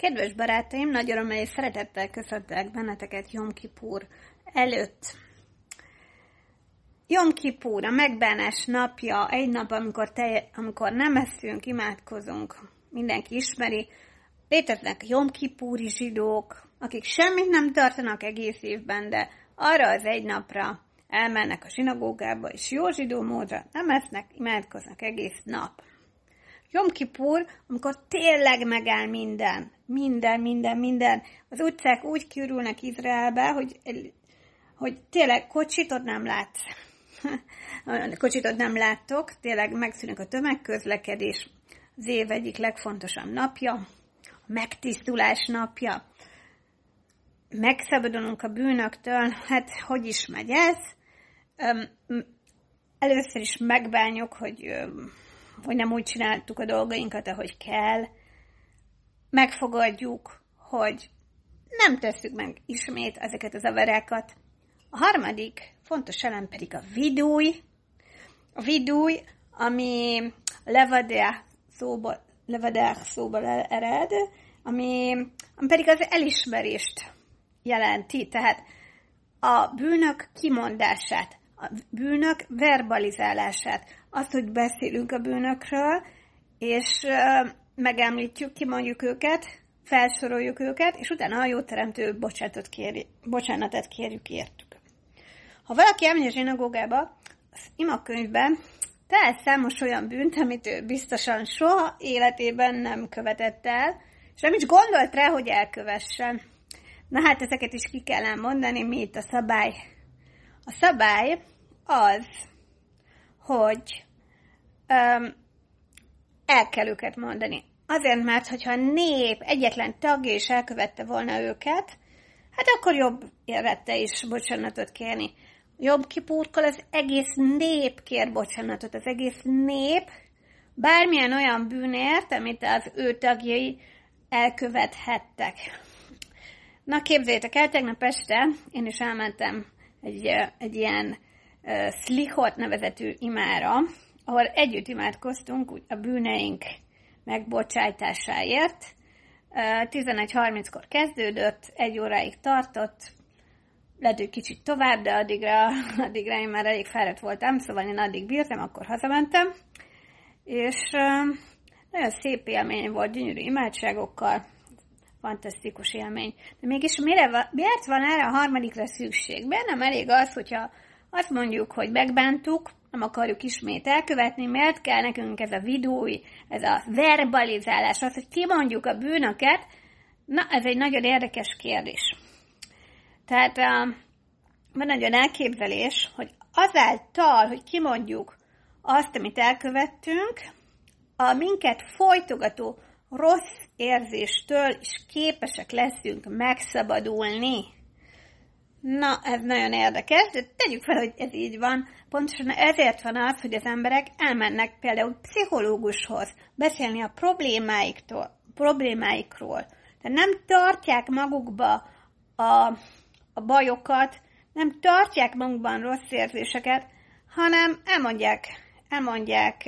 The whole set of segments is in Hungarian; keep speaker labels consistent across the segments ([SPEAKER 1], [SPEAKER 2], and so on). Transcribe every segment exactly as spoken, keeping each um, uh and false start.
[SPEAKER 1] Kedves barátaim, nagy örömmel és szeretettel köszöntelek benneteket Jom Kipur előtt. Jom Kipur, a megbánás napja, egy nap, amikor, te, amikor nem eszünk, imádkozunk, mindenki ismeri. Léteznek Jom Kipuri zsidók, akik semmit nem tartanak egész évben, de arra az egy napra elmennek a zsinagógába, és jó zsidó módra nem esznek, imádkoznak egész nap. Jom Kipur, amikor tényleg megáll minden, minden, minden, minden. Az utcák úgy kiürülnek Izraelbe, hogy, hogy tényleg kocsitot nem látsz. Kocsitot nem láttok, tényleg megszűnik a tömegközlekedés. Az év egyik legfontosabb napja, a megtisztulás napja. Megszabadulunk a bűnöktől, hát hogy is megy ez? Először is megbánjuk, hogy... hogy nem úgy csináltuk a dolgainkat, ahogy kell. Megfogadjuk, hogy nem tesszük meg ismét ezeket az averákat. A harmadik fontos elem pedig a vidúj. A vidúj, ami levadeh szóból, levadeh szóból ered, ami, ami pedig az elismerést jelenti. Tehát a bűnök kimondását, a bűnök verbalizálását, azt, hogy beszélünk a bűnökről, és uh, megemlítjük, kimondjuk őket, felsoroljuk őket, és utána a jóteremtő bocsánatot, kéri, bocsánatot kérjük értük. Ha valaki elmegy a zsinagógába, az imakönyvben talál számos olyan bűnt, amit ő biztosan soha életében nem követett el, és nem is gondolt rá, hogy elkövessen. Na hát ezeket is ki kell mondani, mi itt a szabály. A szabály az, hogy um, el kell őket mondani. Azért, mert hogyha a nép egyetlen tagja is elkövette volna őket, hát akkor jobb érvette is bocsánatot kérni. Jobb Kipurkor az egész nép kér bocsánatot, az egész nép bármilyen olyan bűnért, amit az ő tagjai elkövethettek. Na képzeljétek el, tegnap este én is elmentem egy, egy ilyen uh, szlichot nevezetű imára, ahol együtt imádkoztunk a bűneink megbocsájtásáért. Uh, tizenegy harminckor kezdődött, egy óráig tartott, lehet, hogy kicsit tovább, de addigra, addigra én már elég fáradt voltam, szóval én addig bírtam, akkor hazamentem, és uh, nagyon szép élmény volt, gyönyörű imádságokkal, fantasztikus élmény. De mégis mire van, miért van erre a harmadikra szükség? Miért nem elég az, hogyha azt mondjuk, hogy megbántuk, nem akarjuk ismét elkövetni, miért kell nekünk ez a vidúj, ez a verbalizálás, az, hogy kimondjuk a bűnöket? Na, ez egy nagyon érdekes kérdés. Tehát van egy olyan elképzelés, hogy azáltal, hogy kimondjuk azt, amit elkövettünk, a minket folytogató rossz érzéstől is képesek leszünk megszabadulni. Na, ez nagyon érdekes, de tegyük fel, hogy ez így van. Pontosan ezért van az, hogy az emberek elmennek például pszichológushoz beszélni a problémáiktól, problémáikról. Tehát nem tartják magukba a, a bajokat, nem tartják magukban rossz érzéseket, hanem elmondják, elmondják,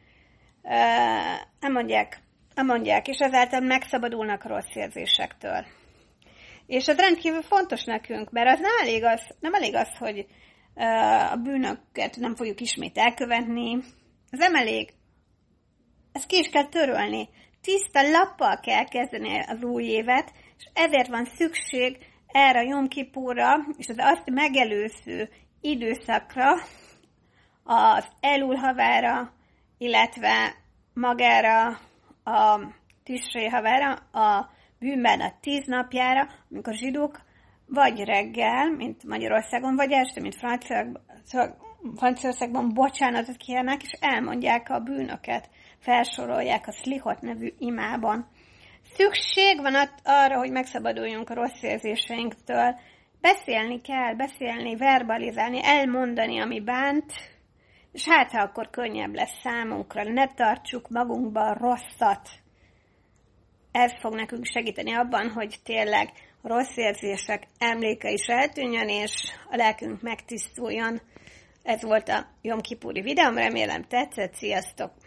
[SPEAKER 1] elmondják, elmondják, és ezáltal megszabadulnak a rossz érzésektől. És ez rendkívül fontos nekünk, mert az nem elég az, nem elég az, hogy uh, a bűnöket nem fogjuk ismét elkövetni. Ez nem elég. Ezt ki is kell törölni. Tiszta lappal kell kezdeni az új évet, és ezért van szükség erre a Jom Kipurra, és az azt megelőző időszakra, az Elul havára, illetve magára a Tisré havára, a bűnben a tíz napjára, amikor zsidók vagy reggel, mint Magyarországon, vagy este, mint Franciaországban bocsánatot kérnek, és elmondják a bűnöket, felsorolják a Szlichot nevű imában. Szükség van arra, hogy megszabaduljunk a rossz érzéseinktől. Beszélni kell, beszélni, verbalizálni, elmondani, ami bánt, és hát ha akkor könnyebb lesz számunkra. Ne tartsuk magunkban rosszat. Ez fog nekünk segíteni abban, hogy tényleg a rossz érzések emléke is eltűnjön, és a lelkünk megtisztuljon. Ez volt a Jom Kipuri videóm, remélem tetszett, sziasztok!